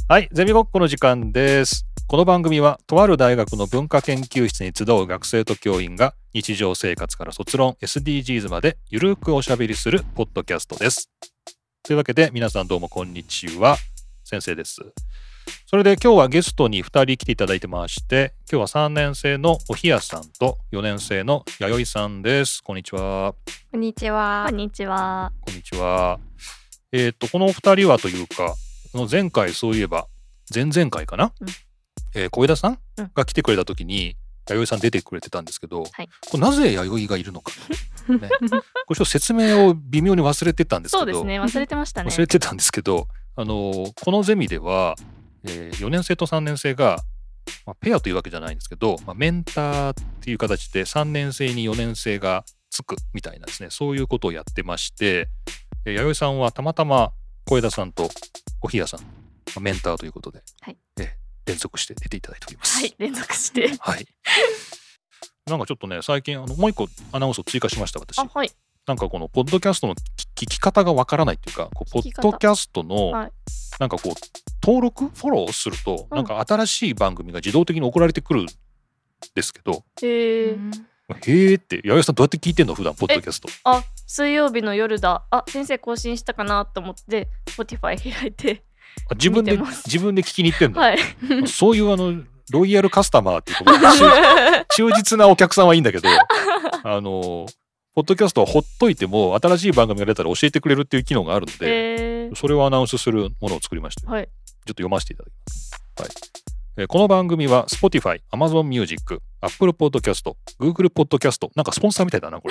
はい、ゼミごっこの時間です。この番組はとある大学の文化研究室に集う学生と教員が日常生活から卒論 SDGs までゆるくおしゃべりするポッドキャストです。というわけで皆さんどうもこんにちは。先生です。それで今日はゲストに2人来ていただいてまして、今日は3年生のおひやさんと4年生のやよいさんです。こんにちは。 こんにちは。 こんにちは。 こんにちは。この2人はというか、前回そういえば前々回かな、小枝さんが来てくれた時に弥生さん出てくれてたんですけど、これなぜ弥生がいるのか、ね、これちょっと説明を微妙に忘れてたんですけど、 そうですね、忘れてましたね。 忘れてたんですけど、このゼミでは、4年生と3年生が、ペアというわけじゃないんですけど、メンターっていう形で3年生に4年生がつくみたいなですね、そういうことをやってまして、弥生さんはたまたま小枝さんとおひやさんメンターということで、連続して出ていただいております。 はい、連続して。 はい。なんかちょっとね、最近もう一個アナウンスを追加しました、私。 はい。 なんかこのポッドキャストの聞き方がわからないっていうか、ポッドキャストの、なんかこう登録フォローすると、なんか新しい番組が自動的に送られてくるんですけど、 へーって弥生さんどうやって聞いてんの普段ポッドキャスト。 水曜日の夜だ。先生更新したかなと思って Spotify 開いて自分で聞きに行ってんだ。 はい。 そういうロイヤルカスタマーっていうか忠実なお客さんはいいんだけど、ポッドキャストはほっといても新しい番組が出たら教えてくれるっていう機能があるので、それをアナウンスするものを作りました。ちょっと読ませていただきます。この番組は Spotify、Amazon Music、Apple Podcast、Google Podcast、なんかスポンサーみたいだなこれ。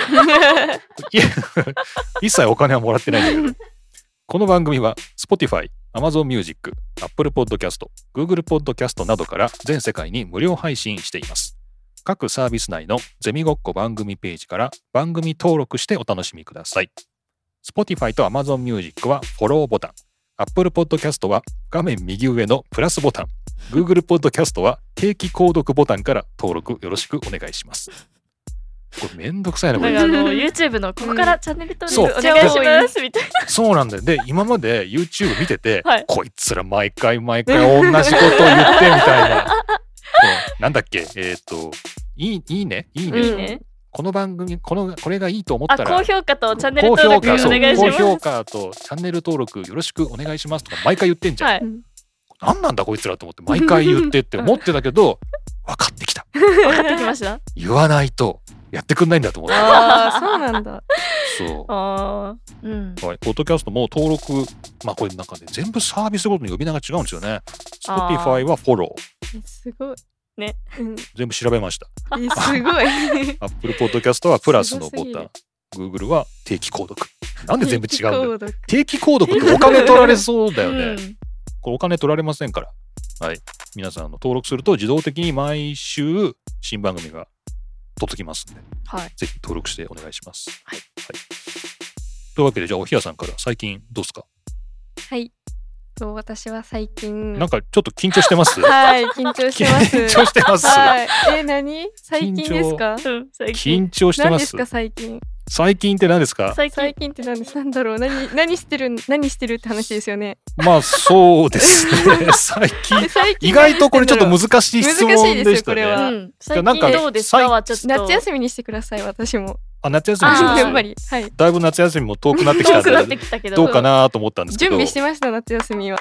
一切お金はもらってないんだけど。この番組は Spotify、Amazon Music、Apple Podcast、Google Podcast などから全世界に無料配信しています。各サービス内のゼミごっこ番組ページから番組登録してお楽しみください。Spotify と Amazon Music はフォローボタン、Apple Podcast は画面右上のプラスボタン、Google Podcast は定期購読ボタンから登録よろしくお願いします。これめんどくさいなこれ。 YouTube のここからチャンネル登録お願いしますみたいな。 そうなんだよ。で今まで YouTube 見てて、こいつら毎回同じことを言ってみたいな。なんだっけいいねこの番組これがいいと思ったら高評価とチャンネル登録お願いします。 高評価とチャンネル登録よろしくお願いしますとか毎回言ってんじゃん。なんなんだこいつらと思って毎回言ってって思ってたけど分かってきた。 分かってきました。 言わないとやってくんないんだと思って。 そうなんだ。 そう。ポッドキャストも登録、これなんかね全部サービスごとに呼び名が違うんですよね。Spotify はフォロー。すごい。 ね。 全部調べました。 すごい。 Apple Podcast はプラスのボタン、Google は定期購読。なんで全部違うんだよ。定期購読ってお金取られそうだよね。これお金取られませんから。はい。皆さん登録すると自動的に毎週新番組が届きますんで、ぜひ登録してお願いします。というわけでじゃあおひやさんから最近どうですか？ はい。私は最近なんかちょっと緊張してます？ はい、緊張してます。 緊張してます。 何？最近ですか？ 緊張してます。 何ですか最近？ 最近って何ですか？ 最近って何です？なんだろう。何してるって話ですよね。 そうですね。最近意外とこれちょっと難しい質問でしたね。これは。 最近どうですかはちょっと夏休みにしてください。私も。 夏休みにします。 やっぱりだいぶ夏休みも遠くなってきたんでどうかなと思ったんですけど。 準備してました夏休みは。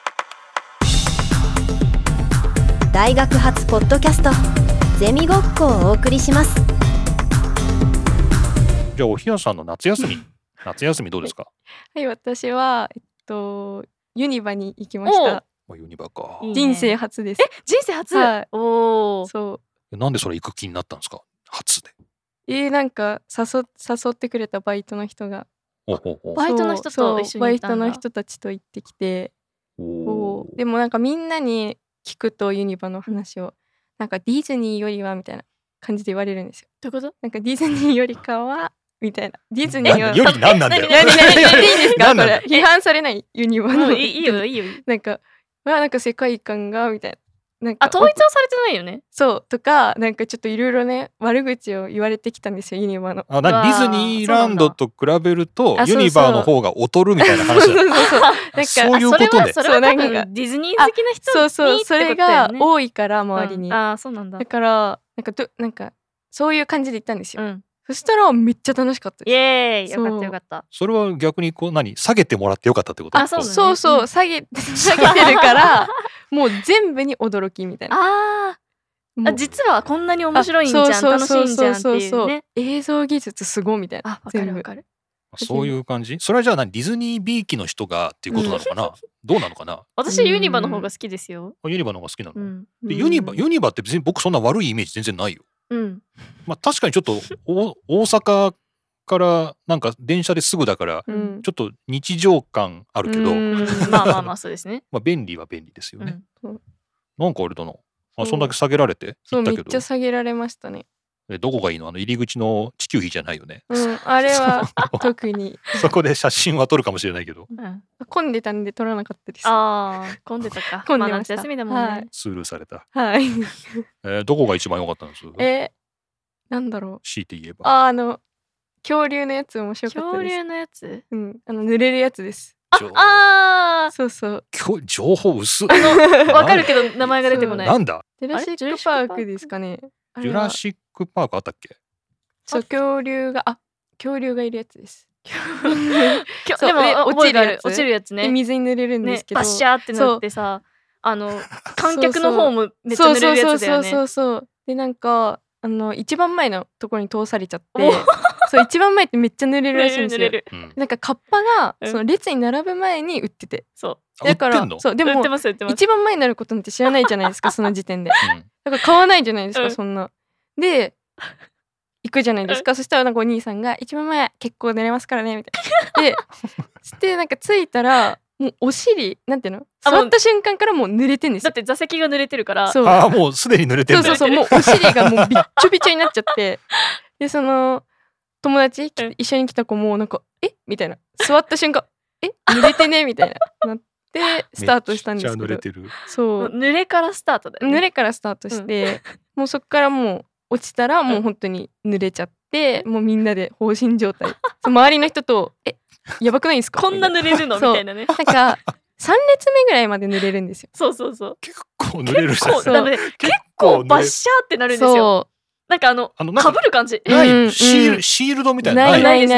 大学発ポッドキャストゼミごっこをお送りします。 じゃあおひやさんの夏休みどうですか？ はい、私はユニバに行きました。 ユニバか。 人生初です。 人生初？ そう。 なんでそれ行く気になったんですか？初で。 なんか誘ってくれたバイトの人が。 バイトの人と一緒に行ったんだ。 バイトの人たちと行ってきて。でもなんかみんなに聞くとユニバの話をなんかディズニーよりはみたいな感じで言われるんですよ。 どういうこと？ なんかディズニーよりかはみたいな。ディズニーはより何なんだよ。 何いいんですかこれ？批判されないユニバの。 いいよ。 なんか世界観がみたいな。 なんか統一はされてないよね。 そうとかなんかちょっといろいろね悪口を言われてきたんですよユニバの。 ディズニーランドと比べるとあユニバーの方が劣るみたいな話だ。 なんかそういうことね。 それは多そうなんか分ディズニー好きな人にそうそれってことだよね。 が多いから周りに、 そうなんだだ。からなんかそういう感じで行ったんですよ、 うん。 そしたらめっちゃ楽しかったイです。 エーイ、よかっそうたよかった。 それは逆に下げてもらってよかったってこと？ そうだねそうそう、 うん下げてるからもう全部に驚きみたいな。もう実はこんなに面白いんじゃん、楽しいんじゃんっていうね。 映像技術すごいみたいな。 わかるわかる。 そういう感じ？それはじゃあディズニーびいきの人がっていうことなのかな？どうなのかな？ 私ユニバの方が好きですよ。 ユニバの方が好きなの？ うん。 でユニバって別に僕そんな悪いイメージ全然ないよ。 うん。 確かにちょっと大阪からなんか電車ですぐだからうんちょっと日常感あるけど、 まあそうですね。 便利は便利ですよね。 うんなんかあれだな。 そうそんだけ下げられてそうめっ行ったけど、 ちゃ下げられましたね。 どこがいいの？入り口の地球儀じゃないよね。 あれは特にそこで写真は撮るかもしれないけど、 うん。 混んでたんで撮らなかったです。 混んでたか。 混んでました夏休みだもんね。 はいスルーされた。 はいどこが一番良かったんです？ なんだろ強いて言えう。 ば。 恐竜のやつ面白かったです。 恐竜のやつ。 濡れるやつです。そうそう。 情報薄っ。 わかるけど名前が出てこない。 なんだ？ ジュラシックパークですかね。 ジュラシックパークあったっけ？ そう恐竜がいるやつです。 でも落ちるやつ落ちるやつね。 水に濡れるんですけど、 バッシャーってなってさ、観客の方もめっちゃ濡れるやつだよね。 そうでなんか一番前のところに通されちゃってそう一番前ってめっちゃ濡れるらしいんですよ。なんかカッパがその列に並ぶ前に売ってて、だからそうでも一番前になることなんて知らないじゃないですかその時点で。だから買わないじゃないですかそんな。で行くじゃないですか。そしたらなんかお兄さんが一番前結構濡れますからねみたいな。でしてなんか着いたらもうお尻なんていうの座った瞬間からもう濡れてんですよ。 だって座席が濡れてるから。 もうすでに濡れてるんだ。 そうもうお尻がもうびっちょびちょになっちゃってでその友達一緒に来た子もなんかみたいな座った瞬間濡れてねみたいななってスタートしたんですけど。 めっちゃ濡れてる。 そう濡れからスタートだよね。 濡れからスタートしてもうそっからもう落ちたらもう本当に濡れちゃってもうみんなで放心状態。周りの人とやばくないですかこんな濡れるのみたいなね。 なんか3列目ぐらいまで濡れるんですよ。 そう結構濡れるじゃん。 結構バッシャーってなるんですよ。なんかかぶる感じ。 シールドみたいなない。 通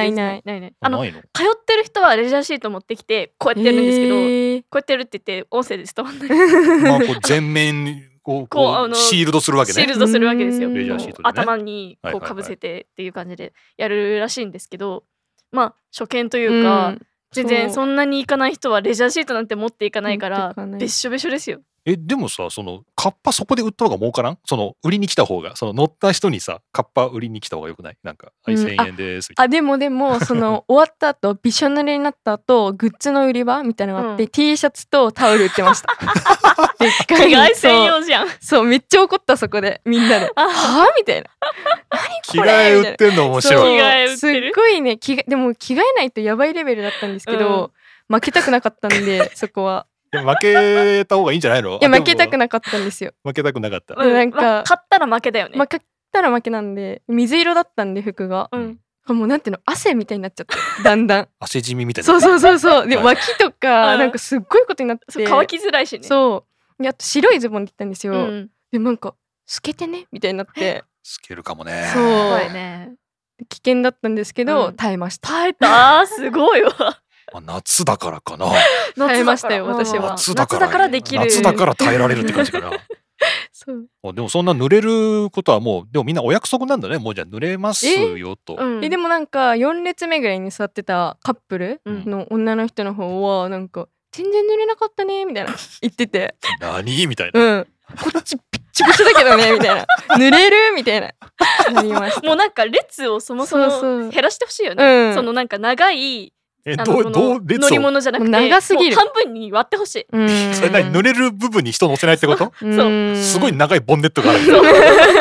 ってる人はレジャーシート持ってきてこうやってやるんですけど、こうやってやるって言って音声で伝わんない。 こう全面こうシールドするわけね。 シールドするわけですよ。 レジャーシートでね。 頭にこうかぶせてっていう感じでやるらしいんですけど、初見というか全然そんなに行かない人はレジャーシートなんて持っていかないからべっしょべしょですよ。 でもさそのカッパそこで売った方が儲からん？その売りに来た方がその乗った人にさカッパ売りに来た方がよくない？なんか1000円ですみたいな。 でもその終わった後びしょ濡れになった後グッズの売り場みたいなのがあって、T シャツとタオル売ってました。でっかい着替え専用じゃん。 そうめっちゃ怒ったそこでみんなではみたいな。 着替え売ってんの面白い。 着替え売ってる。 すっごいねでも着替えないとやばいレベルだったんですけど、負けたくなかったんでそこは。 負けた方がいいんじゃないの？ いや負けたくなかったんですよ。 負けたくなかった。 なんか勝ったら負けだよね。 負けたら負けなんで水色だったんで服が、もうなんていうの汗みたいになっちゃってだんだん汗じみみたいな。 そうで脇とかなんかすっごいことになって乾きづらいしね。 そうであと白いズボンで行ったんですよ。でなんか透けてねみたいになって透けるかもね。 そうね危険だったんですけど、耐えました。 耐えたすごいわ。 夏だからかな。 耐えましたよ私は。 夏だからできる。 夏だから耐えられるって感じかな。でもそんな濡れることはもうでもみんなお約束なんだね。もうじゃあ濡れますよと。 でもなんか4列目ぐらいに座ってたカップルの女の人の方はなんか全然濡れなかったねみたいな言ってて何みたいな。 こっちピッチピチだけどねみたいな濡れるみたいななりました。 もうなんか列をそもそも減らしてほしいよね。そのなんか長い乗り物じゃなくて長すぎる半分に割ってほしい。 それ何濡れる部分に人乗せないってこと？ そうすごい長いボンネットがある。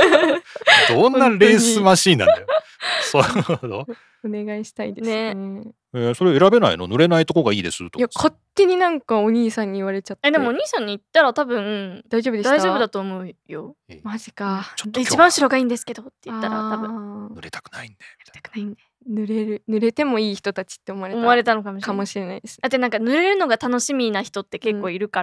どんなレースマシーンなんだよ。そうお願いしたいですね。 それ選べないの？濡れないとこがいいですとか。 いや勝手になんかお兄さんに言われちゃって。 でもお兄さんに言ったら多分大丈夫でした。 大丈夫だと思うよ。 マジか。 一番後ろがいいんですけどって言ったら多分濡れたくないんで。 濡れてもいい人たちって思われたのかもしれないです。 だってなんか濡れるのが楽しみな人って結構いるから。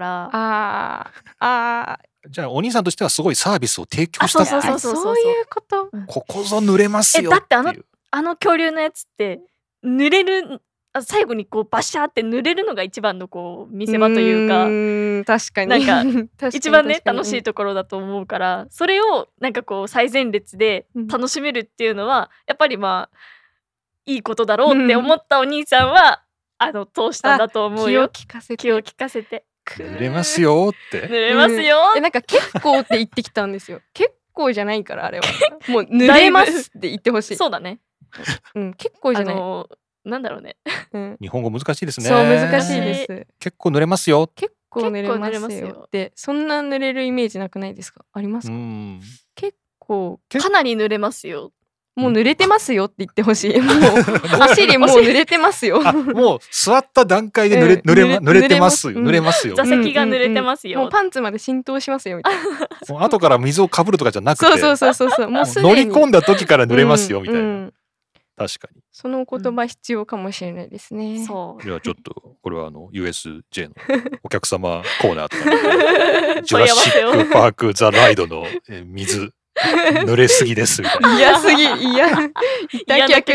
じゃあお兄さんとしてはすごいサービスを提供したっていう。 そういうこと。 ここぞ濡れますよっていう。 だってあの恐竜のやつって濡れる最後にこうバシャーって濡れるのが一番のこう見せ場というか、 確かになんか一番ね楽しいところだと思うから、それをなんかこう最前列で楽しめるっていうのはやっぱりまあいいことだろうって思ったお兄さんは通したんだと思うよ。気を利かせて濡れますよって濡れますよ、 なんか結構って言ってきたんですよ。結構じゃないからあれはもう濡れますって言ってほしい。 そうだね。 結構じゃない。 なんだろうね。 日本語難しいですね。 そう難しいです。 結構濡れますよ。 結構濡れますよってそんな濡れるイメージなくないですか？ありますか？結構かなり濡れますよ。 もう濡れてますよって言ってほしい。もうお尻もう濡れてますよ。 もう座った段階で濡れてますよ。濡れますよ。 座席が濡れてますよ。 もうパンツまで浸透しますよみたいな。 もう後から水をかぶるとかじゃなくて、 そうもうすでに乗り込んだ時から濡れますよみたいな。確かに。 その言葉必要かもしれないですね。 そうではちょっとこれはUSJ のお客様コーナーとかジュラシックパークザライドの水濡れすぎですみたいな。 嫌すぎ嫌客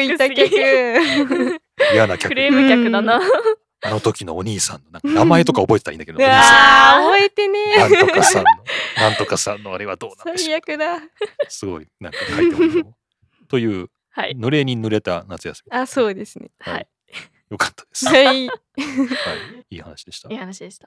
嫌な客。 クレーム客だな。 あの時のお兄さんのなんか名前とか覚えてたらいいんだけど、お兄さん覚えてねなんとかさんのあれはどうなんでしょう。 最悪だ。すごいなんか書いてるのという濡れに濡れた夏休み。 そうですね。 よかったです。いい話でした。 いい話でした。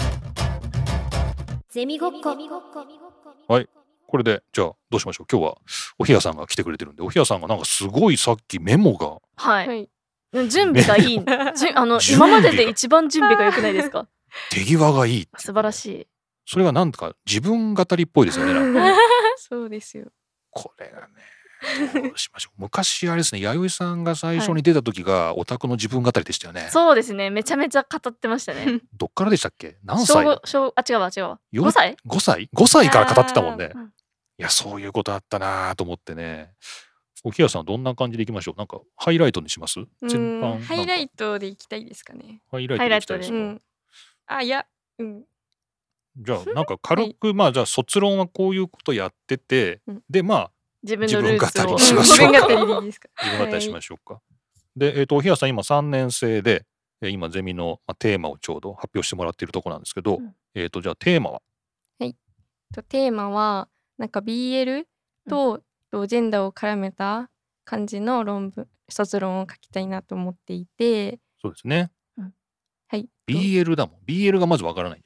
ゼミごっこ。 はい。これでじゃあどうしましょう。今日はおひやさんが来てくれてるんで、おひやさんがなんかすごいさっきメモが準備がいい。今までで一番準備が良くないですか？ 手際がいい。 素晴らしい。 それがなんか自分語りっぽいですよね。 そうですよ。 これがね。どうしましょう。昔あれですね、弥生さんが最初に出た時がオタクの自分語りでしたよね。 そうですね、めちゃめちゃ語ってましたね。 どっからでしたっけ？何歳？ 違う5歳 ？5歳から語ってたもんね。いやそういうことあったなと思ってね。おきやさんどんな感じでいきましょう。なんかハイライトにします？全般ハイライトでいきたいですかね。 ハイライトでいきたいですか？ いやじゃあなんか軽くまあじゃあ卒論はこういうことやってて、でまあ自分語りしましょうか。 自分語りしましょうか。で、おひやさん今3年生で、今ゼミのテーマをちょうど発表してもらっているところなんですけど、じゃあテーマは？ はい。テーマはなんか BL とジェンダーを絡めた感じの卒論を書きたいなと思っていて。 そうですね。 はい。 BL だもん。BL がまずわからない。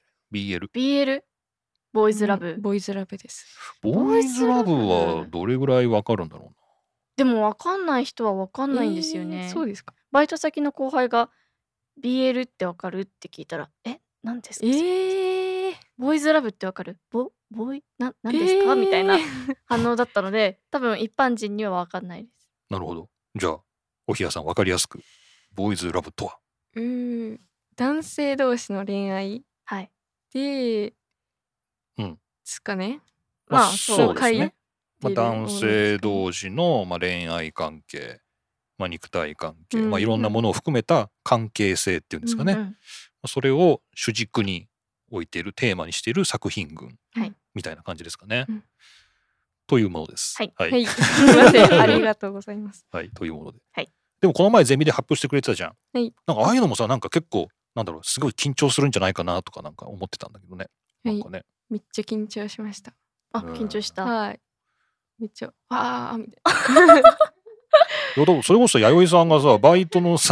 BL。ボーイズラブ。 ボーイズラブです。 ボーイズラブはどれぐらいわかるんだろうな。 でもわかんない人はわかんないんですよね。 そうですか。 バイト先の後輩が BL ってわかるって聞いたら、何ですか？ボーイズラブってわかる？ボーイなんですか？みたいな反応だったので、多分一般人にはわかんないです。 なるほど。じゃあおひやさんわかりやすく、ボーイズラブとは？ 男性同士の恋愛で。ですかね。 そうですね。男性同士の恋愛関係、肉体関係、いろんなものを含めた関係性っていうんですかね。それを主軸に置いている、テーマにしている作品群みたいな感じですかね。というものです。 はい。すみません。ありがとうございます。 はい、というもので。でもこの前ゼミで発表してくれてたじゃん。なんかああいうのもさ、なんか結構すごい緊張するんじゃないかなとかなんか思ってたんだけどね。なんかね。 めっちゃ緊張しました。 緊張した。 はい。めっちゃみたいな。 それこそ弥生さんがさ、バイトの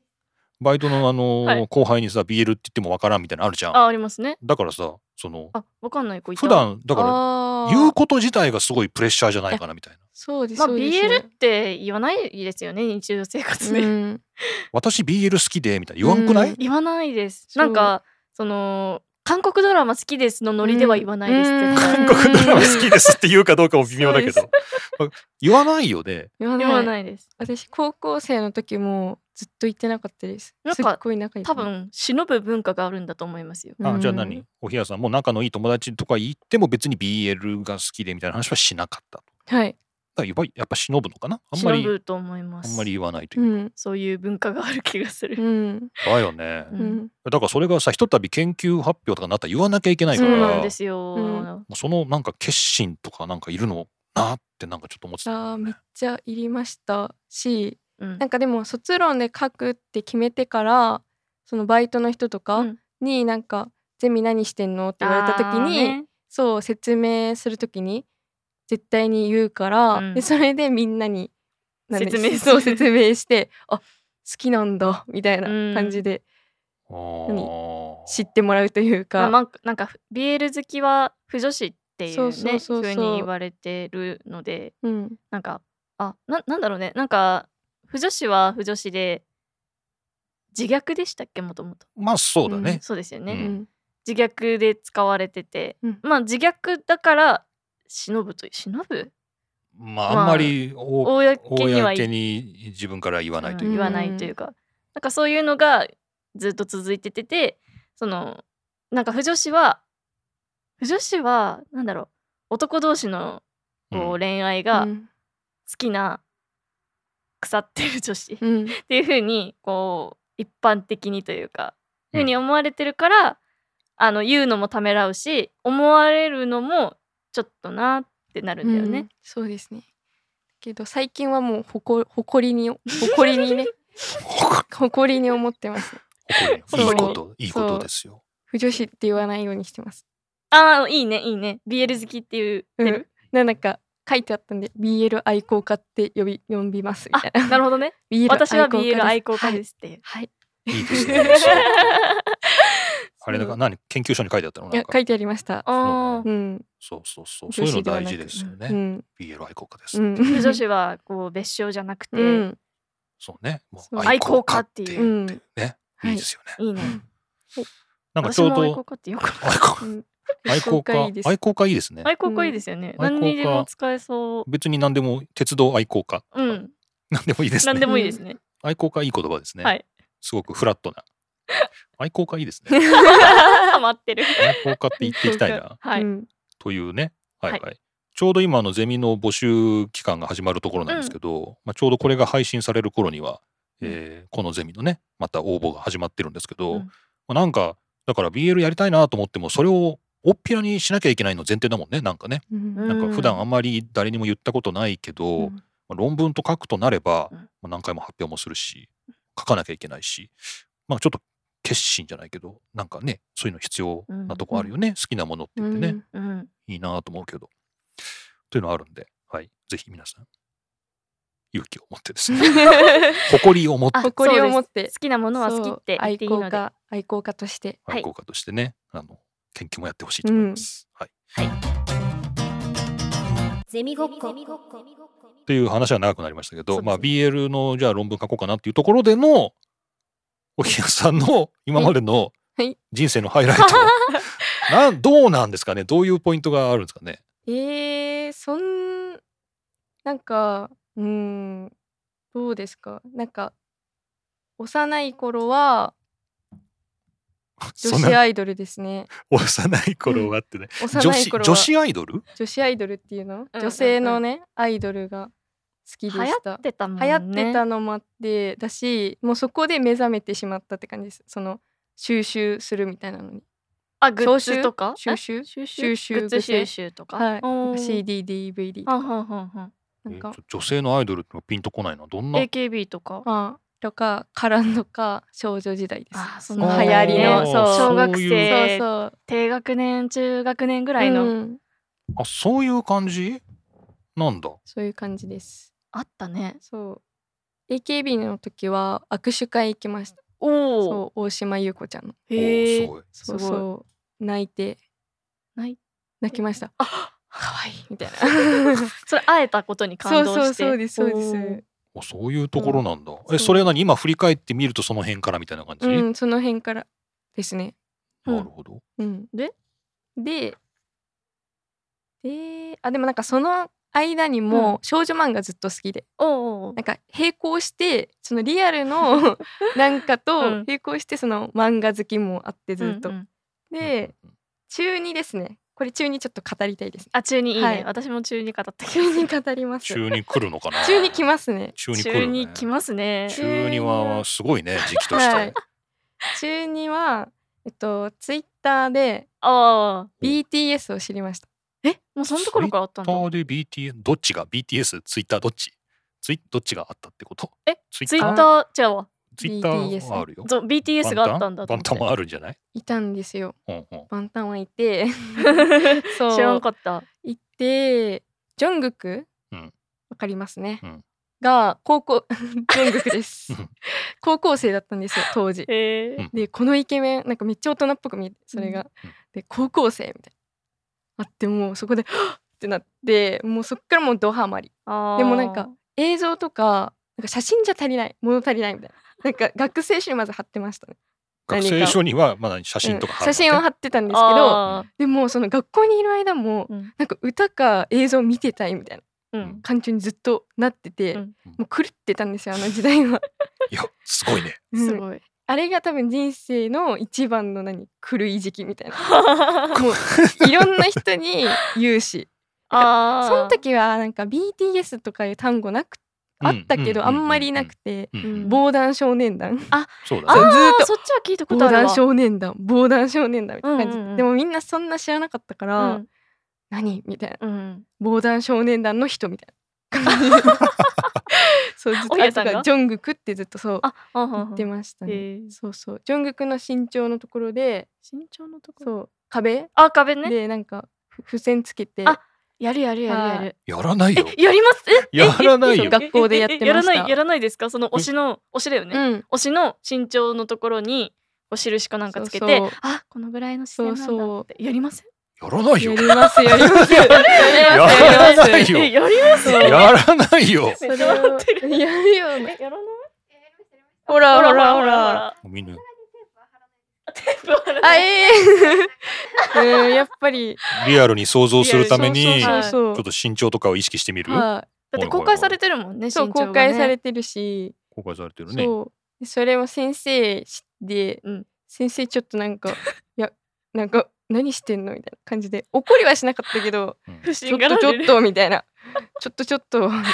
後輩にさ BL って言ってもわからんみたいなのあるじゃん。 ありますね。 だからさわかんない子いた。 普段だから言うこと自体がすごいプレッシャーじゃないかなみたいな。 そうです。 BL って言わないですよね、日常生活で。 私 BL 好きでみたいな言わんくない？ 言わないです。なんか韓国ドラマ好きですのノリでは言わないです、 韓国ドラマ好きですって言うかどうかも微妙だけど言わないよね。 言わないです。 私高校生の時もずっと言ってなかったです。 なんか多分忍ぶ文化があるんだと思いますよ。 じゃあ何、おひやさんも仲のいい友達とか言っても別に BL が好きでみたいな話はしなかったと。 はい。 だからやっぱ忍ぶのかな。 忍ぶと思います。 あんまり言わないというか、 そういう文化がある気がする。 だよね、だからそれがさ、ひとたび研究発表とかになったら言わなきゃいけないから、 そうなんですよ、 そのなんか決心とかなんかいるのなってなんかちょっと思ってた、 めっちゃいりましたし、なんかでも卒論で書くって決めてからそのバイトの人とかになんかゼミ何してんのって言われた時に、そう説明する時に絶対に言うから、でそれでみんなに説明してあ好きなんだみたいな感じで、知ってもらうというか、 なんか BL 好きは腐女子っていうね風に言われてるので、なんかなんだろうね、なんか腐女子は腐女子で自虐でしたっけ、もともと。 まあそうだね、 そうですよね、自虐で使われてて、まあ自虐だから忍ぶ、 まああんまり公に自分から言わないというか、 なんかそういうのがずっと続いてて、そのなんか腐女子はなんだろう、男同士のこう恋愛が好きな腐ってる女子っていう風にこう一般的にというか風に思われてるから、言うのもためらうし、思われるのもちょっとなってなるんだよね。 そうですね。けど最近はもう誇りにね誇りに思ってます。 いいことですよ。 腐女子って言わないようにしてます。 いいね BL 好きっていう、 なんか書いてあったんで BL 愛好家って呼びますみたいな。 なるほどね。私は BL 愛好家ですっていう。 はい。 いいですね。あれだから何、研究所に書いてあったの？ いや書いてありました。 そうそういうの大事ですよね。BL 愛好家です。 腐女子はこう別称じゃなくて、 そうね。 愛好家っていうね。いいですよね。 いいね。 なんかちょうど愛好家ってよく愛好家いいですね。 愛好家いいですよね。何にでも使えそう。 別に何でも、鉄道愛好家。何でもいいですね。 何でもいいですね。 愛好家いい言葉ですね。 はい。 すごくフラットな。愛好家いいですね。 ハマってる。 愛好家って言っていきたいな。 はい。 というね。はいはい。ちょうど今ゼミの募集期間が始まるところなんですけど、ちょうどこれが配信される頃には、このゼミのね、また応募が始まってるんですけど、なんかだから BL やりたいなと思ってもそれをおっぴらにしなきゃいけないの前提だもんね。なんかね、なんか普段あんまり誰にも言ったことないけど、論文と書くとなれば、何回も発表もするし書かなきゃいけないし、ちょっと決心じゃないけどなんかね、そういうの必要なとこあるよね、好きなものって言ってね、いいなと思うけどというのあるんで、はい、ぜひ皆さん勇気を持ってですね誇りを持って好きなものは好きって言っていいので、 愛好家としてね、研究もやってほしいと思います。はい。 ゼミごっこっていう話は長くなりましたけど、BL のじゃあ論文書こうかなっていうところでのおひやさんの今までの人生のハイライト、どうなんですかね。どういうポイントがあるんですかね。 なんかどうですか。なんか幼い頃は女子アイドルですね。 幼い頃はってね。女子アイドル？ 女子アイドルっていうの？女性のねアイドルが好きでした。 流行ってたもんね。 流行ってたのもあってだし、もうそこで目覚めてしまったって感じです。その収集するみたいなのに。 グッズとか？ 収集？グッズ収集とか。 はい。CD、DVD とか。 なんか女性のアイドルってピンとこないな。どんな？ AKB とか。 とかカランとか少女時代です。 その流行りの小学生低学年中学年ぐらいの、 そういう感じなんだ。 そういう感じです。 あったね。 そう AKB の時は握手会行きました。そう大島優子ちゃんの。 すごい。 そう泣きました。可愛いみたいなそれ会えたことに感動して。 そうです。 そういうところなんだ。それは何？今振り返ってみるとその辺からみたいな感じ？ その辺からですね。 なるほど。 でもなんかその間にも少女漫画ずっと好きで、なんか並行してそのリアルのなんかと並行してその漫画好きもあってずっと、で中2ですね。これ中2ちょっと語りたいです。 中2いいね、私も中2語ったけど。 中2語ります。 中2来るのかな。 中2来ますね。 中2来るね。 来ますね。 中2はすごいね、時期として。 中2はツイッターで BTS を知りました。 もうそのところからあったんだ。 ツイッターで BTS どっちが BTS ツイッターどっちがあったってこと？ ツイッター違うわ。 ツイッターはあるよ。 BTS があったんだ。 バンタンもあるんじゃない？ いたんですよ。バンタンはいてそう知らんかった。 いてジョングクわかりますね。が高校ジョングクです。高校生だったんですよ当時。でこのイケメンなんかめっちゃ大人っぽく見えて、それがで高校生みたいなあって、もうそこではっってなって、もうそっからもうドハマり。でもなんか映像とかなんか写真じゃ足りない、物足りないみたいな。なんか学生証にまず貼ってましたね。 学生証にはまだ写真とか貼る、 写真を貼ってたんですけど、でもその学校にいる間もなんか歌か映像見てたいみたいな感情にずっとなってて、もう狂ってたんですよ、あの時代は。 いやすごいね。 すごい。 あれが多分人生の一番の狂い時期みたいな。もういろんな人に言うし、その時はなんか BTS とかいう単語あったけどあんまりなくて、防弾少年団、 そうだね、 ずっとそっちは聞いたことあるわ。 防弾少年団みたいな感じ、でもみんなそんな知らなかったから、何みたいな、防弾少年団の人みたいな感じでそうずっとジョングクってずっとそう言ってましたね。そうそうジョングクの身長のところで、そう壁ねでなんか付箋つけて、 やる。 やらないよ。 やります。 やらないよ。 学校でやってました。 やらないですか？その推しだよね。推しの身長のところにお印かなんかつけて、このぐらいの視線なんだってやりません？ やらないよ。 やります。 やらないよ。 やります。 やらないよ。 それをやるよね。 やらない？ ほら。 みんな。 やっぱりリアルに想像するためにちょっと身長とかを意識してみる。 だって公開されてるもんね、身長がね。 公開されてるし。 公開されてるね。 それも先生知って、先生ちょっとなんかいやなんか何してんのみたいな感じで怒りはしなかったけど、ちょっとみたいな、ちょっと中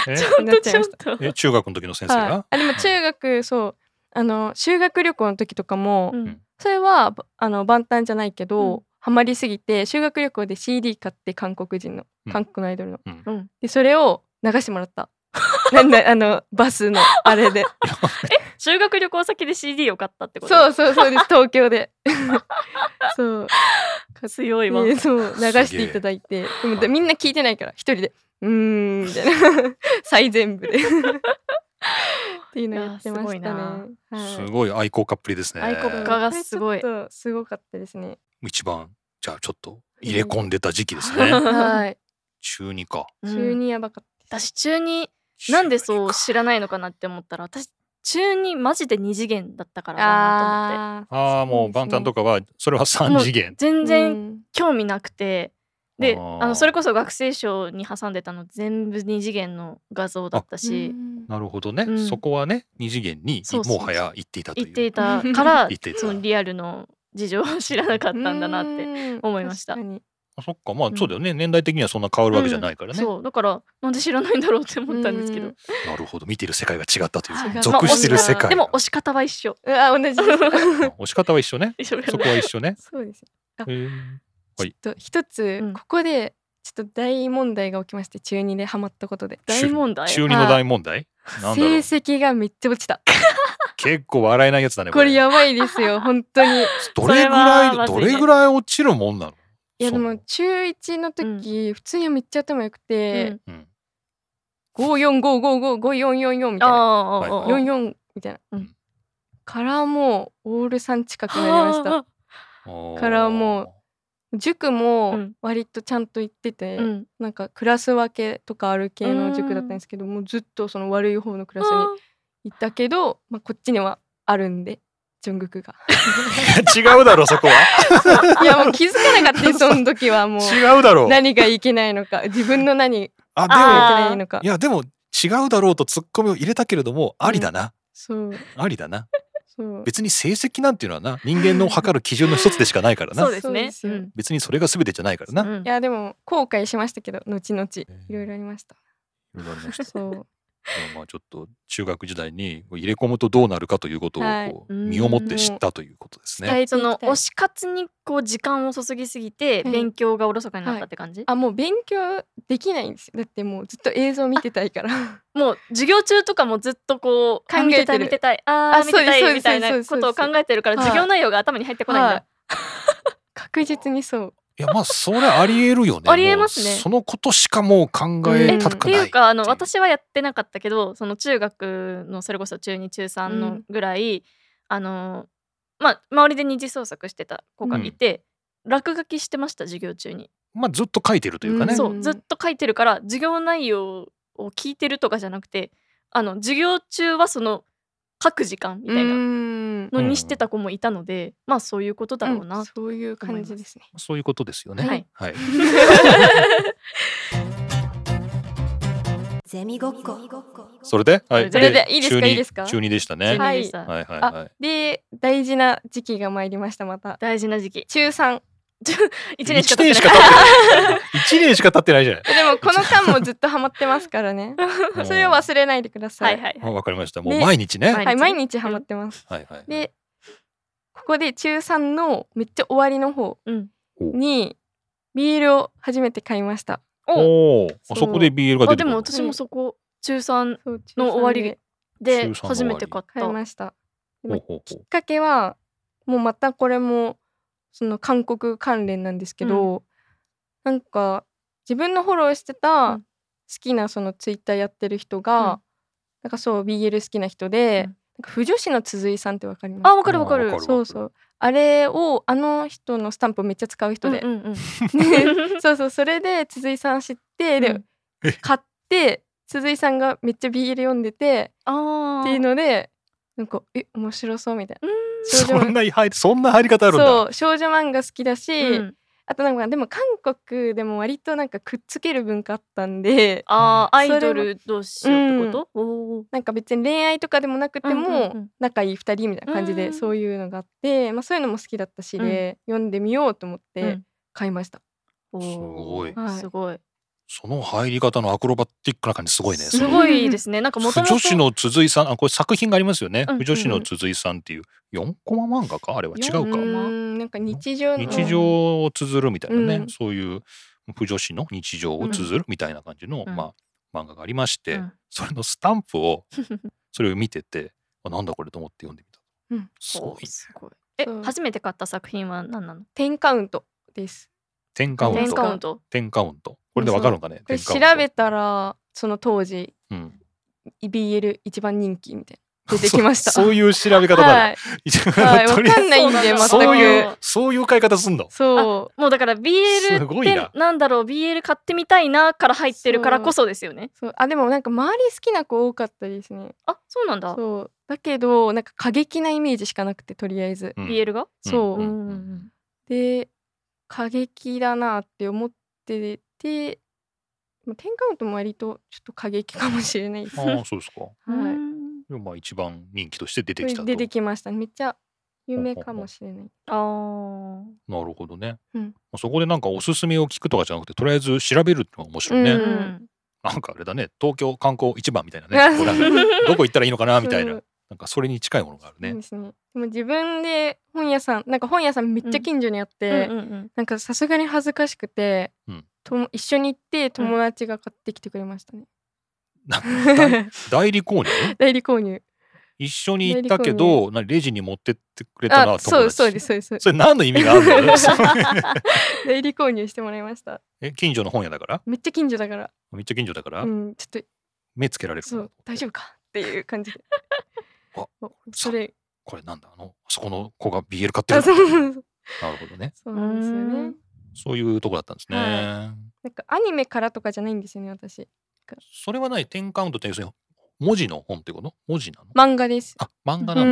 学の時の先生が、 でも中学修学旅行の時とかも、それは万端じゃないけど、ハマりすぎて修学旅行で CD 買って、韓国のアイドルの、でそれを流してもらった。なんだバスのあれで修学旅行先で CD を買ったってこと？ そうです東京でそう強いわ。 そう流していただいて、でもみんな聞いてないから一人でみたいな最前部でっていうのやってましたね。 すごい愛好家っぷりですね。 愛好家がすごい。 すごかったですね。 一番じゃあちょっと入れ込んでた時期ですね。中2か。 中2やばかった。 私中2なんでそう知らないのかなって思ったら、私中2マジで2次元だったからだなと思って。 もう万端とかはそれは3次元。 全然興味なくて、でそれこそ学生証に挟んでたの全部2次元の画像だったし。 なるほどね、そこはね2次元にもはや行っていたという。 行っていたからそのリアルの事情を知らなかったんだなって思いました。 そっか、まあそうだよね、年代的にはそんな変わるわけじゃないからね。 そうだからなんで知らないんだろうって思ったんですけど。 なるほど、見てる世界が違ったという、属してる世界。 でも押し方は一緒。 同じです。 押し方は一緒ね。そこは一緒ね。 そうです。一つここでちょっと大問題が起きまして、中2でハマったことで。 大問題？ 中2の大問題？ 成績がめっちゃ落ちた。 結構笑えないやつだね。 これやばいですよ本当に。 どれぐらい落ちるもんなの？ いやでも中1の時普通にめっちゃ頭良くて、54555444みたいな、44みたいなからもうオール3近くなりました。からもう塾も割とちゃんと行ってて、なんかクラス分けとかある系の塾だったんですけど、もうずっとその悪い方のクラスに行ったけど、こっちにはあるんでジョングクが違うだろそこは。 いやもう気づかなかったよその時は。もう違うだろう。 何がいけないのか、自分の何がいけないのか。 いやでも違うだろうとツッコミを入れたけれども、ありだな。 そうありだな。 そう別に成績なんていうのはな、人間の測る基準の一つでしかないからな。 そうですね。 別にそれが全てじゃないからな。 いやでも後悔しましたけど、後々いろいろありました。 いろいろありました。 そうまあちょっと中学時代に入れ込むとどうなるかということをこう身をもって知ったということですね。 その推し活にこう時間を注ぎすぎて勉強がおろそかになったって感じ？ あ、もう勉強できないんですよ。だってもうずっと映像見てたいから。 もう授業中とかもずっとこう見てたい見てたい見てたいみたいなことを考えてるから、授業内容が頭に入ってこないんだ。 確実にそう。 いやまあそれありえるよね。 ありえますね。 そのことしかもう考えたくない。 っていうか私はやってなかったけど、その中学のそれこそ中2中3のぐらい、まあ周りで二次創作してた子がいて、落書きしてました、授業中に。 まあずっと書いてるというかね。 そうずっと書いてるから、授業内容を聞いてるとかじゃなくて、授業中はその書く時間みたいなのにしてた子もいたので、まあそういうことだろうな、 そういう感じですね。 そういうことですよね。はい。 ゼミごっこ。 それで、はい。 それでいいですか？ 中2でしたね。 はい。で大事な時期が参りました。また大事な時期。 中3。 1年しか経ってない。 1年しか経ってないじゃない。 でもこの間もずっとハマってますからね。それを忘れないでください。 わかりました。もう毎日ね。 はい、毎日ハマってます。で、ここで中3のめっちゃ終わりの方に BL を初めて買いました。 おお、そこで BL が出てくる。 でも私もそこ中3の終わりで初めて買いました。きっかけはもうまたこれもその韓国関連なんですけど、なんか自分のフォローしてた好きなそのツイッターやってる人が、なんかそう BL 好きな人で、なんか不女子の鈴井さんってわかります？ わかるわかる。 そうそう。あれをあの人のスタンプめっちゃ使う人で、そうそう、それで鈴井さん知ってで買って、鈴井さんがめっちゃ BL 読んでてっていうので、なんか面白そうみたいな。 そんな入り方あるんだ。 そう、少女漫画好きだし、あとなんかでも韓国でも割となんかくっつける文化あったんで、 アイドル同士ってこと？ なんか別に恋愛とかでもなくても仲いい2人みたいな感じでそういうのがあって、まあそういうのも好きだったしで読んでみようと思って買いました。 すごい。 すごい。 その入り方のアクロバティックな感じすごいね。 すごいですね。なんか元々 不女子の鈴井さん、これ作品がありますよね。不女子の鈴井さんっていう4コマ漫画か、あれは違うか。 なんか日常を綴るみたいなね、そういう不女子の日常を綴るみたいな感じのまあ漫画がありまして、それのスタンプをそれを見てて、なんだこれと思って読んでみた。すごい。 初めて買った作品は何なの ？10カウントです。 10カウント。10カウント。これでわかるんかね。 これ調べたらその当時 BL 一番人気みたいな出てきました。 そういう調べ方だ。 わかんないんで全く。 そういう買い方すんの。 そう。 もうだから BL ってなんだろう、 BL 買ってみたいなから入ってるからこそですよね。 でもなんか周り好きな子多かったですね。 あ、そうなんだ。 そうだけどなんか過激なイメージしかなくて、とりあえず BL がそうで過激だなって思ってて、10カウントも割とちょっと過激かもしれないです。 ああ、そうですか。 はい。 でもまあ一番人気として出てきたと。 出てきました。めっちゃ有名かもしれない。 なるほどね。そこでなんかおすすめを聞くとかじゃなくて、とりあえず調べるってのが面白いね。なんかあれだね、東京観光一番みたいなね。どこ行ったらいいのかなみたいな。なんかそれに近いものがあるね。 でも自分で本屋さんめっちゃ近所にあって、なんかさすがに恥ずかしくて、一緒に行って友達が買ってきてくれましたね。 代理購入？ 代理購入。 一緒に行ったけどレジに持ってってくれたのは友達。 そうです。 それ何の意味があるの？ 代理購入してもらいました。 近所の本屋だから？ めっちゃ近所だから。 めっちゃ近所だから？ちょっと目つけられる。 そう、大丈夫かっていう感じで。それこれなんだ、そこの子が BL 買ってる。なるほどね。 そうなんですよね。 そういうとこだったんですね。 なんかアニメからとかじゃないんですよね、私。 それはない。10カウントって要するに文字の本ってこと？文字なの？ 漫画です。 あ、漫画なんだ。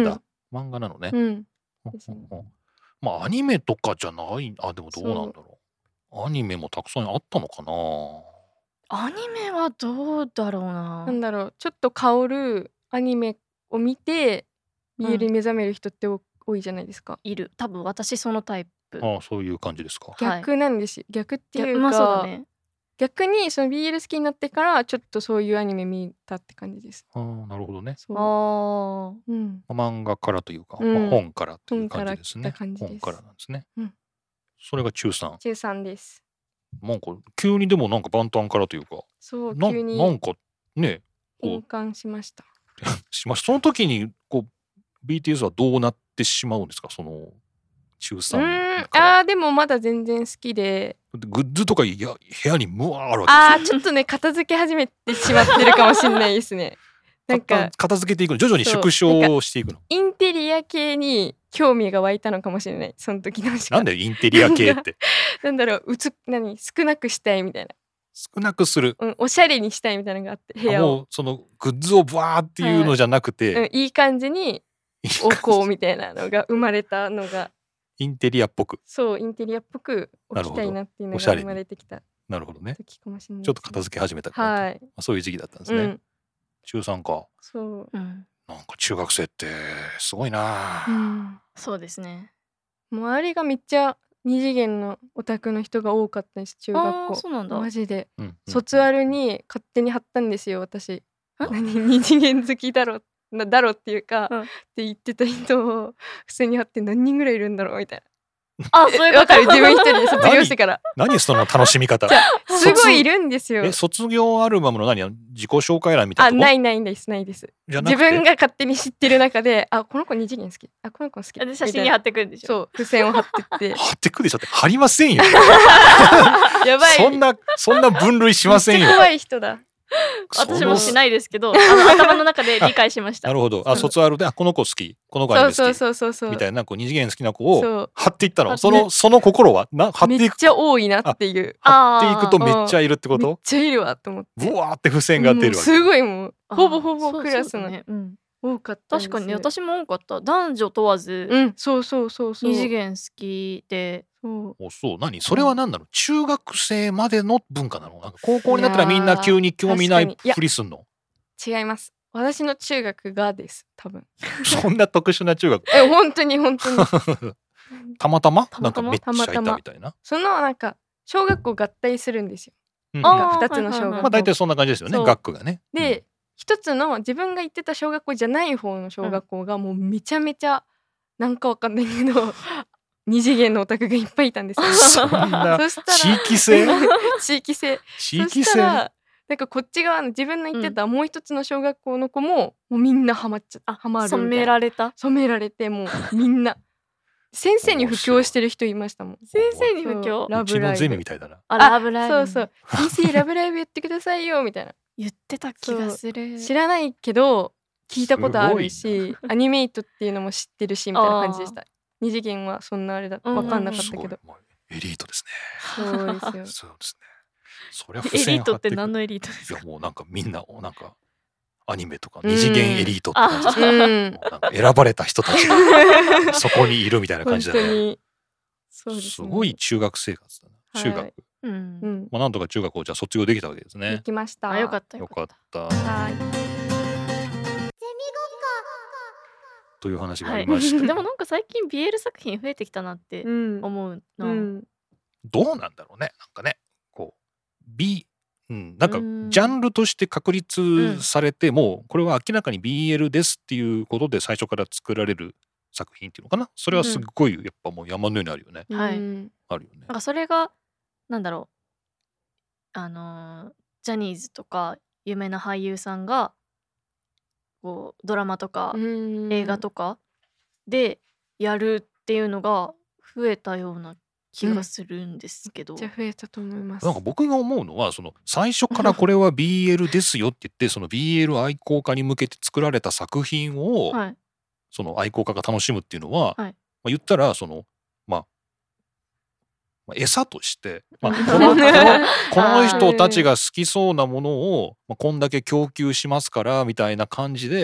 漫画なのね。 ですね。 まあアニメとかじゃない。でもどうなんだろう。アニメもたくさんあったのかな。 アニメはどうだろうな。 なんだろう、ちょっと香るアニメを見て BL に目覚める人って多いじゃないですか。 いる。多分私そのタイプ。 そういう感じですか。 逆なんですよ。逆っていうまあそうだか、 ね。 逆にその BL 好きになってからちょっとそういうアニメ見たって感じです。 なるほどね。 そう。 漫画からというか、本からという感じですね。本からなんですね。それが中3。 中3です。 なんか急にでもなんか万端からというか、 そう急になんかね、 変換しました。 その時にこう BTS はどうなってしまうんですか、その中3から。 でもまだ全然好きで。 グッズとか部屋にムワーあるわけですよ。 ちょっとね片付け始めてしまってるかもしれないですね。なんか片付けていくの、徐々に縮小していくの。 インテリア系に興味が湧いたのかもしれない、その時の。 なんでインテリア系ってなんだろう、少なくしたいみたいな。 少なくする、 おしゃれにしたいみたいなのがあって、部屋をもうそのグッズをバーっていうのじゃなくて、 いい感じに置こうみたいなのが生まれたのがインテリアっぽく。 そう、インテリアっぽく置きたいなっていうのが生まれてきた。 なるほどね。 時かもしれない。 ちょっと片付け始めたから、はい、そういう時期だったんですね。中3か。 そう。 なんか中学生ってすごいな。 そうですね。 周りがめっちゃ二次元のオタクの人が多かったです、中学校。 そうなんだ。 マジで。卒アルに勝手に貼ったんですよ、私。二次元好きだろっていうか、って言ってた人を普通に貼って何人ぐらいいるんだろうみたいな。 そういうこと。 自分一人で卒業してから。 何その楽しみ方。 すごいいるんですよ。 卒業アルバムの自己紹介欄みたいなとこ。 ないです。自分が勝手に知ってる中で、この子二次元好き、この子好き。 で写真に貼ってくるんでしょ。 そう、付箋を貼ってって。 貼ってくるでしょって貼りませんよ。 やばい。 そんな分類しませんよ。 怖い人だ。 私もしないですけど、頭の中で理解しました。 なるほど。卒アルでこの子好き、この子アニメ好き、 そうみたいな二次元好きな子を貼っていったの。その心は貼っていく。 めっちゃ多いなっていう。 貼っていくとめっちゃいるってこと？ めっちゃいるわと思って。 ブワーって付箋が出るわけ。 すごいもうほぼクラスの多かった。 確かにね、私も多かった。男女問わず。 そう。 二次元好きで。 そう。それは何なの？中学生までの文化なの？なんか高校になったらみんな急に興味ないふりすんの？ 違います。私の中学がです多分。 そんな特殊な中学？ 本当にたまたまなんかめっちゃいたみたいな。 そのなんか小学校合体するんですよ。2つの小学校。 大体そんな感じですよね、学区がね。 で一つの自分が行ってた小学校じゃない方の小学校がもうめちゃめちゃなんかわかんないけど二次元のオタクがいっぱいいたんですよ。 そんな地域性そしたらなんかこっち側の自分の行ってたもう一つの小学校の子ももうみんなハマるみたいな。染められてもうみんな先生に布教してる人いましたもん。 先生に布教。 うちのゼミみたいだな。 ラブライブ。 そう。先生ラブライブやってくださいよみたいな。 言ってた気がする。 知らないけど聞いたことあるし、アニメイトっていうのも知ってるしみたいな感じでした。二次元はそんなあれだ分かんなかったけど。 エリートですね。そうですよ。 そうですね。そりゃエリートって何のエリートですか？ いやもうなんかみんななんかアニメとか二次元エリートって感じで、なんか選ばれた人たちがそこにいるみたいな感じだね。すごい中学生活だな。中学。なんとか中学をじゃあ卒業できたわけですね。 できました。 よかった。 という話がありました。 でもなんか最近 BL 作品増えてきたなって思うな。 どうなんだろうね。なんかね、こうなんかジャンルとして確立されてもうこれは明らかに BL ですっていうことで最初から作られる作品っていうのかな。それはすっごいやっぱもう山のようにあるよね。 はい。 あるよね。 なんかそれがなんだろう、ジャニーズとか有名な俳優さんがこうドラマとか映画とかでやるっていうのが増えたような気がするんですけど、 めっちゃ増えたと思います。 なんか僕が思うのはその最初からこれは BL ですよって言ってその BL 愛好家に向けて作られた作品を、その愛好家が楽しむっていうのは、言ったらその餌として、この人たちが好きそうなものを、こんだけ供給しますからみたいな感じで、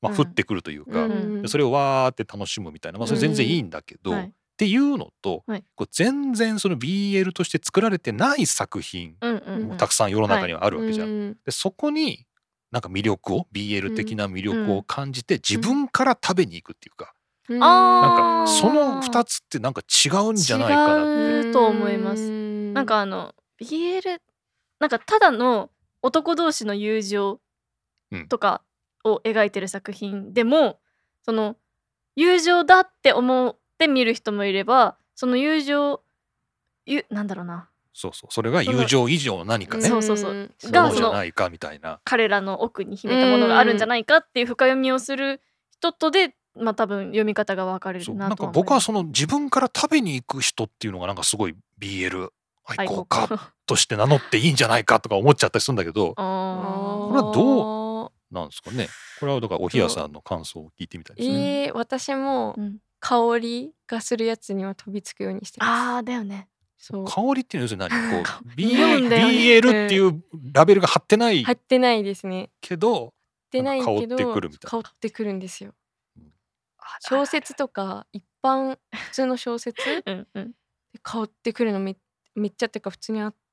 降ってくるというか、それをわーって楽しむみたいな、それ全然いいんだけど、っていうのと、こう全然その BL として作られてない作品もたくさん世の中にはあるわけじゃん。でそこになんか魅力を BL 的な魅力を感じて自分から食べに行くっていうか、なんかその2つってなんか違うんじゃないかなって。 違うと思います。なんかBL なんかただの男同士の友情とかを描いてる作品でも、その友情だって思って見る人もいれば、その友情なんだろうな、 それが友情以上の何かね、 がそうじゃないかみたいな、 彼らの奥に秘めたものがあるんじゃないかっていう深読みをする人とで、多分読み方が分かれるなと思います。 なんか僕はその自分から食べに行く人っていうのがなんかすごい BL 愛好家として名乗っていいんじゃないかとか思っちゃったりするんだけど、これはどうなんですかね。これはだからおひやさんの感想を聞いてみたいですね。 私も香りがするやつには飛びつくようにしてます。 だよね。 そう香りっていうのは何、こう BL っていうラベルが貼ってないですねけど、香ってくるみたいな。 香ってくるんですよ。小説とか一般普通の小説で香ってくるのめっちゃってか普通にあって、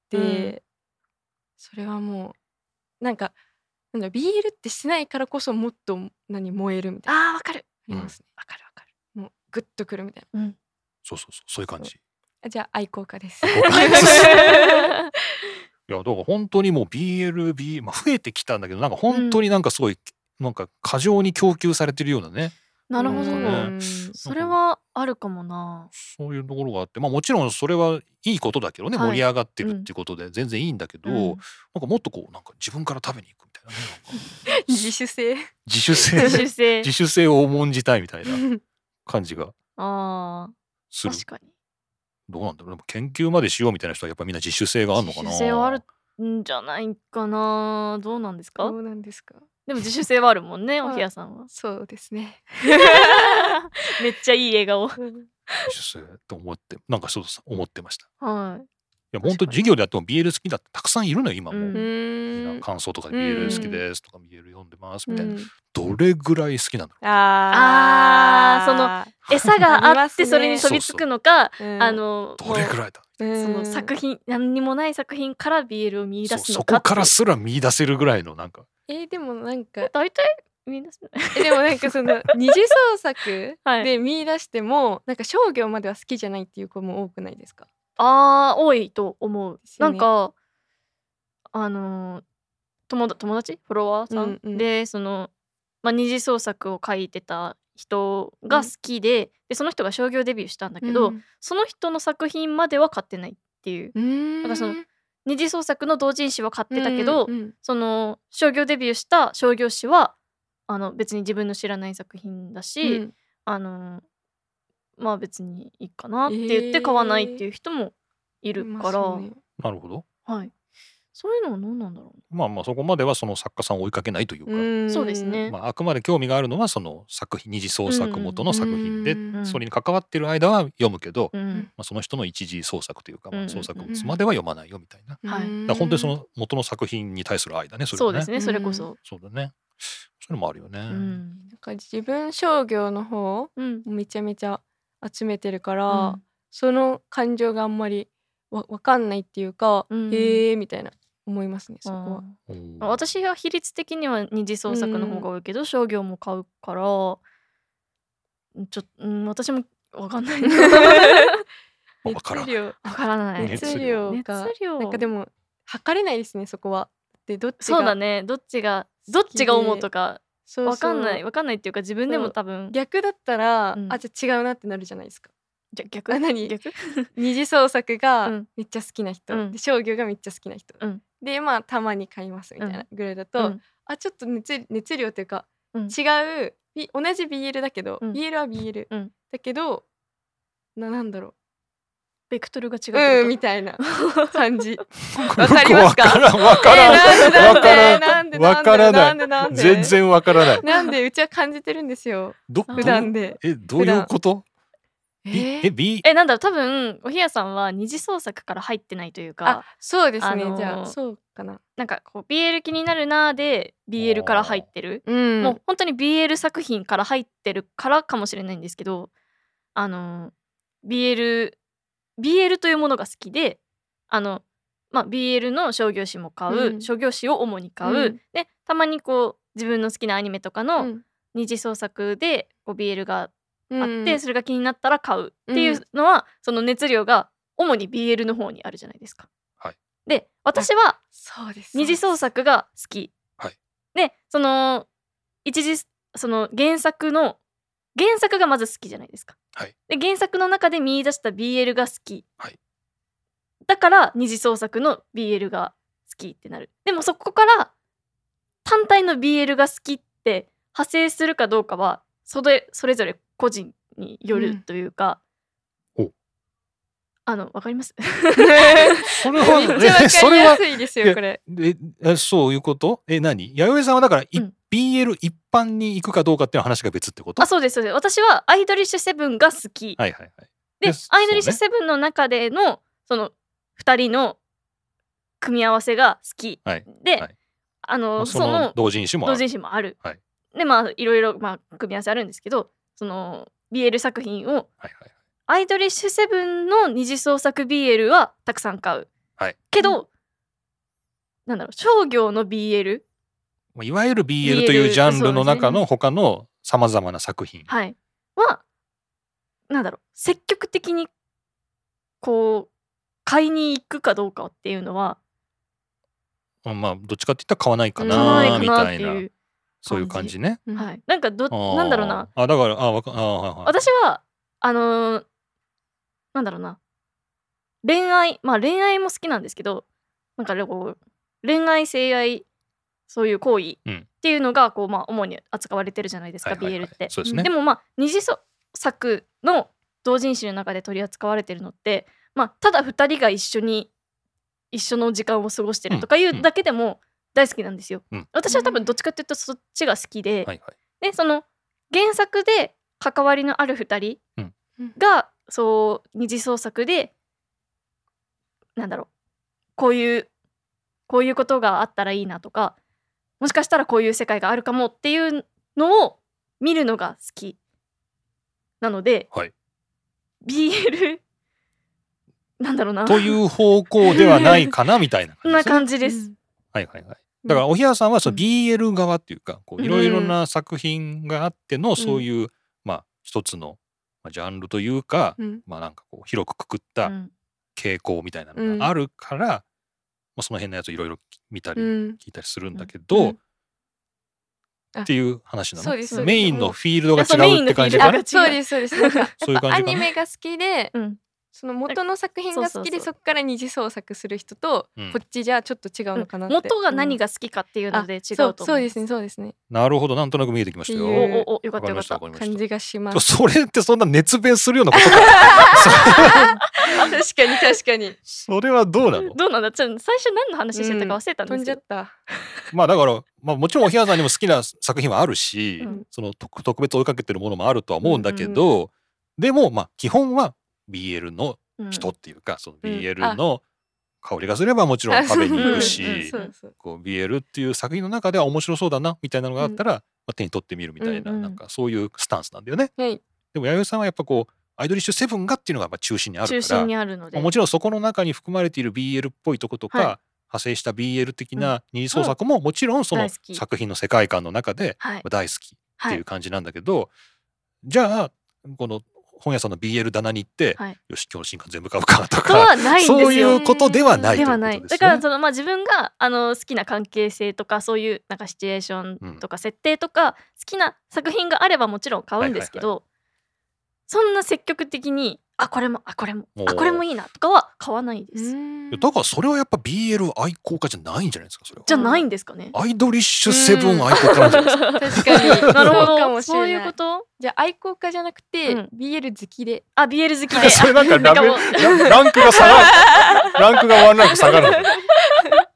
それはもうなんかBL ってしてないからこそもっと燃えるみたいな。 わかる。 ありますね。わかる。もうグッとくるみたいな。 そういう感じ。 じゃあ愛好家です。 いやだから本当にもう BL、増えてきたんだけど、なんか本当になんかすごいなんか過剰に供給されてるようなね。 なるほどね。それはあるかもな。 そういうところがあって、もちろんそれはいいことだけどね、盛り上がってるっていうことで全然いいんだけど、なんかもっとこうなんか自分から食べに行くみたいなね。 自主性を重んじたいみたいな感じがする。 確かに。 どうなんだろう。研究までしようみたいな人はやっぱみんな自主性があるのかな。 自主性はあるんじゃないかな。どうなんですか。でも自主性はあるもんね、おひやさんは。 そうですね。 めっちゃいい笑顔。 自主性と思ってなんかそう思ってました。 はい。 いや本当授業でやっても BL 好きだってたくさんいるのよ今も。みんな感想とかで BL 好きですとか BL 読んでますみたいな。どれぐらい好きなの。 その餌があってそれに飛びつくのか、 どれぐらいだ。 その作品何にもない作品から BL を見出すのか。 そこからすら見出せるぐらいのなんか。 でもなんか大体見出す。 でもなんかその二次創作で見出してもなんか商業までは好きじゃないっていう子も多くないですか。 多いと思う。なんか友達フォロワーさんでその二次創作を書いてた人が好きで、その人が商業デビューしたんだけど、その人の作品までは買ってないっていう。だからその二次創作の同人誌は買ってたけど、その商業デビューした商業誌は別に自分の知らない作品だし、別にいいかなって言って買わないっていう人もいるから、 なるほど。 はい。そういうのは何なんだろう。 そこまではその作家さんを追いかけないというか、そうですね。 あくまで興味があるのはその作品二次創作元の作品で、それに関わってる間は読むけど、その人の一次創作というか、創作物までは読まないよみたいな。だから本当にその元の作品に対する愛だね。 そうですね。それこそ。 そうだね。そういうのもあるよね。 なんか自分商業の方をめちゃめちゃ集めてるから、その感情があんまりわかんないっていうか、みたいな思いますね。そこは。私は比率的には二次創作の方が多いけど、商業も買うから私もわかんない。 わからない。 熱量がなんかでも測れないですね。そこは。でどっちがそうだね。どっちが思うとかわかんないっていうか、自分でも多分逆だったらじゃあ違うなってなるじゃないですか。 じゃ逆二次創作がめっちゃ好きな人、で商業がめっちゃ好きな人、でたまに買いますみたいなぐらいだと、ちょっと熱量というか、違う同じ BL だけど、BL は BL、だけどなんだろう、 ベクトルが違うみたいな感じ。わかりますか？ わからない。全然わからない。 なんでうちは感じてるんですよ。普段で。 どういうこと？ なんだろう、多分おひやさんは二次創作から入ってないというか。 そうですね、じゃあそうかな。 なんかこう BL 気になるなーで BL から入ってる、もう本当に BL 作品から入ってるからかもしれないんですけど、BL というものが好きで、BL の商業誌も買う、商業誌を主に買う、でたまにこう自分の好きなアニメとかの二次創作でこう BL があって、それが気になったら買うっていうのは、その熱量が主に BL の方にあるじゃないですか。 はい、 で私は二次創作が好き、はい、でその原作がまず好きじゃないですか、はい、で原作の中で見出した BL が好き、はい、だから二次創作の BL が好きってなる。でもそこから単体の BL が好きって派生するかどうかはそれぞれ個人によるというか、わかります？ それはめっちゃわかりやすいですよこれ。 そういうこと？何？弥生さんはだから、BL 一般に行くかどうかっていう話が別ってこと？ そうですそうです。私はアイドリッシュセブンが好き。はいはいはい。でアイドリッシュセブンの中でのその2人の組み合わせが好き。はい、で、その同人誌もある。はい、でいろいろ組み合わせあるんですけど、その BL 作品を、アイドリッシュセブンの二次創作 BL はたくさん買う、けど、なんだろう、商業の BL、 いわゆる BL というジャンルの中の他のさまざまな作品、 はなんだろう、積極的にこう買いに行くかどうかっていうのは、 どっちかって言ったら買わないかなみたいな、そういう感じね。 はい、なんかなんだろうな。 だから私はなんだろうな、恋愛も好きなんですけど、なんかこう恋愛性愛そういう行為っていうのがこう主に扱われてるじゃないですか、BL って。そうですね。でも二次創作の同人誌の中で取り扱われてるのって、ただ2人が一緒の時間を過ごしてるとかいうだけでも大好きなんですよ。私は多分どっちかっていうとそっちが好きで、でその原作で関わりのある2人がそう二次創作でなんだろう、こういうことがあったらいいなとか、もしかしたらこういう世界があるかもっていうのを見るのが好きなので、BL なんだろうなという方向ではないかなみたいな感じです。 はいはいはい。だからおひやさんはその BL 側っていうか、いろいろな作品があってのそういう一つのジャンルというか、なんかこう広くくくった傾向みたいなのがあるから、その辺のやついろいろ見たり聞いたりするんだけど、っていう話なの。メインのフィールドが違うって感じかな。 そうですそうです。そういう感じかな。アニメが好きで、その元の作品が好きでそこから二次創作する人と、こっちじゃちょっと違うのかなって。 元が何が好きかっていうので違うと思う。 そうですねそうですね。 なるほど、なんとなく見えてきましたよ。 よかったよかった感じがします。 それってそんな熱弁するようなことか。 確かに確かに。 それはどうなの？ どうなんだ。最初何の話してたか忘れたんですけど。 飛んじゃった。 だからもちろんおひやさんにも好きな作品はあるし、その特別追いかけてるものもあるとは思うんだけど、でも基本は BL の人っていうか、その BL の香りがすればもちろん食べに行くし、こう BL っていう作品の中では面白そうだなみたいなのがあったら、手に取ってみるみたいな、なんかそういうスタンスなんだよね。でも弥生さんはやっぱこうアイドリッシュセブンがっていうのが中心にあるから、 中心にあるので、 もちろんそこの中に含まれている BL っぽいとことか、派生した BL 的な二次創作ももちろんその作品の世界観の中で大好きっていう感じなんだけど、じゃあこの本屋さんの BL 棚に行って、よし今日新刊全部買うかとか、そういうことではないということですね。 だから自分が好きな関係性とかそういうなんかシチュエーションとか設定とか、好きな作品があればもちろん買うんですけど、そんな積極的にこれもいいなとかは買わないです。 だからそれはやっぱ BL 愛好家じゃないんじゃないですか。それはじゃないんですかね。 アイドリッシュセブン愛好家なんじゃないですか。 確かに。 なるほど。そういうこと。 じゃあ愛好家じゃなくて、BL 好きで。 BL 好きで。 それなんかランクがワンランク下がる。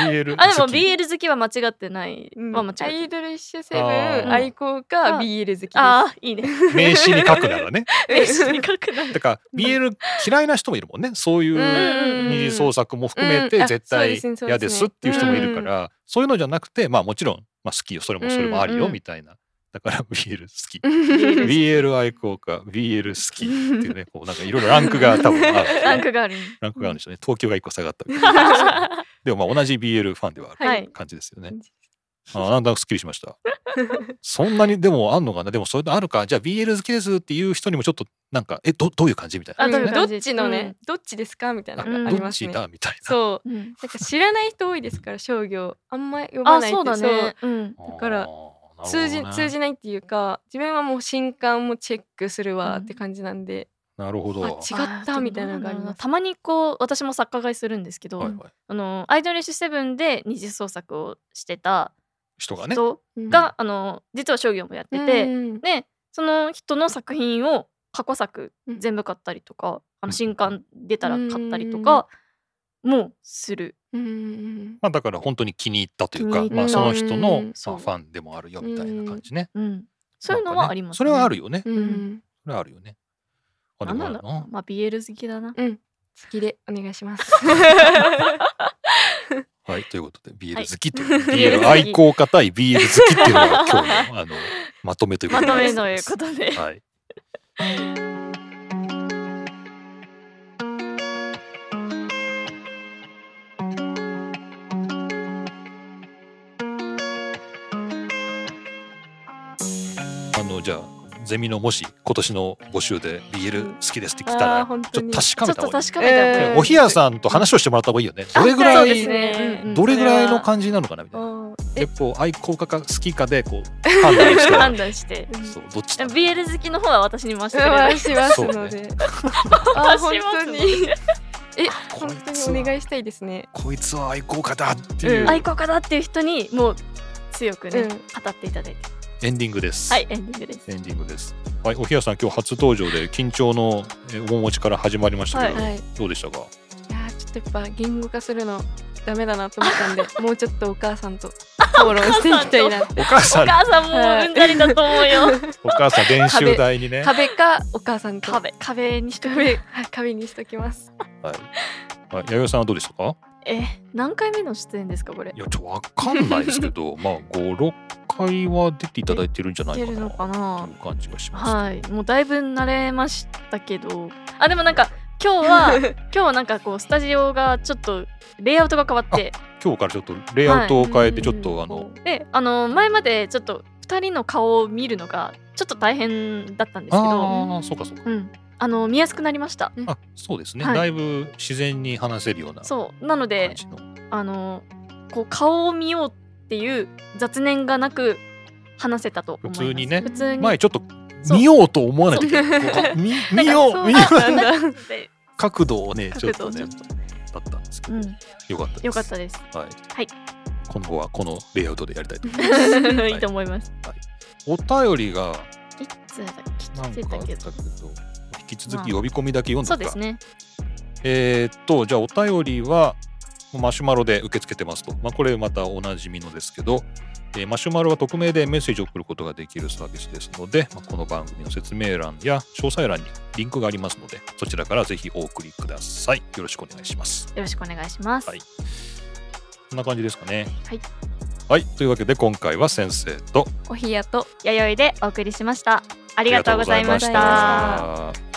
BL あ、でも BL 好きは間違ってない。 アイドルッシュセブン愛好家 BL 好きです。 あ、いいね。 名詞に書くならね。 名詞に書くなら。 だから BL 嫌いな人もいるもんね。そういう二次創作も含めて絶対嫌ですっていう人もいるから、そういうのじゃなくて、まあもちろん好きよ、それもあるよみたいな。だから BL 好き。BL 愛好家、BL 好きっていうね、こうなんかいろいろランクが多分ある。 ランクがあるんでしょうね。東京が1個下がったみたいな。でもまあ同じ BL ファンではある感じですよね。なんだかすっきりしました。そんなにでもあんのかな。でもそれであるか。じゃあ BL 好きですっていう人にもちょっとなんかどういう感じみたいな。 どっちのね、どっちですかみたいなのがありますね。 どっちだみたいな。 そう。なんか知らない人多いですから商業あんま読まないって。 そうだね。 だから通じないっていうか、自分はもう新刊もチェックするわって感じなんで。 なるほど。 違ったみたいなのがあります。 たまにこう私も作家買いするんですけど、アイドルッシュセブンで二次創作をしてた人がね、 実は商業もやってて、でその人の作品を過去作全部買ったりとか、新刊出たら買ったりとかもする。 まあだから本当に気に入ったというか、まあその人のファンでもあるよみたいな感じね。 そういうのはありますね。 それはあるよね。それはあるよね。 なんだろう。まあ BL 好きだな。 好きでお願いします。 はい、ということで BL 好きという、BL 愛好家対 BL 好きっていうのが今日のまとめということで。 まとめということで。 はい。じゃあゼミのもし今年の募集で BL 好きですって来たらちょっと確かめた方がいい。おひやさんと話をしてもらった方がいいよね。どれぐらいの感じなのかなみたいな。結構愛好家か好きかでこう判断して。 そうどっちだ。 BL 好きの方は私に回してくれる。 回しますので。本当に。本当にお願いしたいですね。 こいつは愛好家だっていう。 愛好家だっていう人にもう強くね語っていただいて。 エンディングです。 はい、エンディングです。 エンディングです。はい、おひやさん今日初登場で緊張の面持ちから始まりましたけど、どうでしたか？ いやちょっとやっぱ言語化するのダメだなと思ったんで、もうちょっとお母さんと討論していきたいなって。 お母さんもうんざりだと思うよ。 お母さん練習台にね。 壁かお母さんと壁にしとく。 壁にしときます。 はい。弥生さんはどうでしたか？ 何回目の出演ですかこれ？ いやわかんないですけど、まあ5、6回は出ていただいてるんじゃないかなという感じがします。 はい、もうだいぶ慣れましたけど、でもなんか今日はなんかこうスタジオがちょっとレイアウトが変わって、 今日からちょっとレイアウトを変えてちょっとで前までちょっと2人の顔を見るのがちょっと大変だったんですけど、 そうかそうか。 見やすくなりました。 そうですね、だいぶ自然に話せるような。 そうなのでこう顔を見ようっていう雑念がなく話せたと思います。 普通にね。前ちょっと見ようと思わないといけない。見よう角度をねちょっとねだったんですけど、よかったです。 よかったです。 はい。今後はこのレイアウトでやりたいと思います。 いいと思います。 お便りがいつだっけ？なんかあったけど。 引き続き呼び込みだけ読んだか。 そうですね。 じゃあお便りはマシュマロで受け付けてますと。これまたおなじみのですけど、マシュマロは匿名でメッセージを送ることができるサービスですので、この番組の説明欄や詳細欄にリンクがありますので、そちらからぜひお送りください。よろしくお願いします。 よろしくお願いします。 はい。こんな感じですかね。 はい。 はい。というわけで今回は先生とおひやと弥生でお送りしました。ありがとうございました。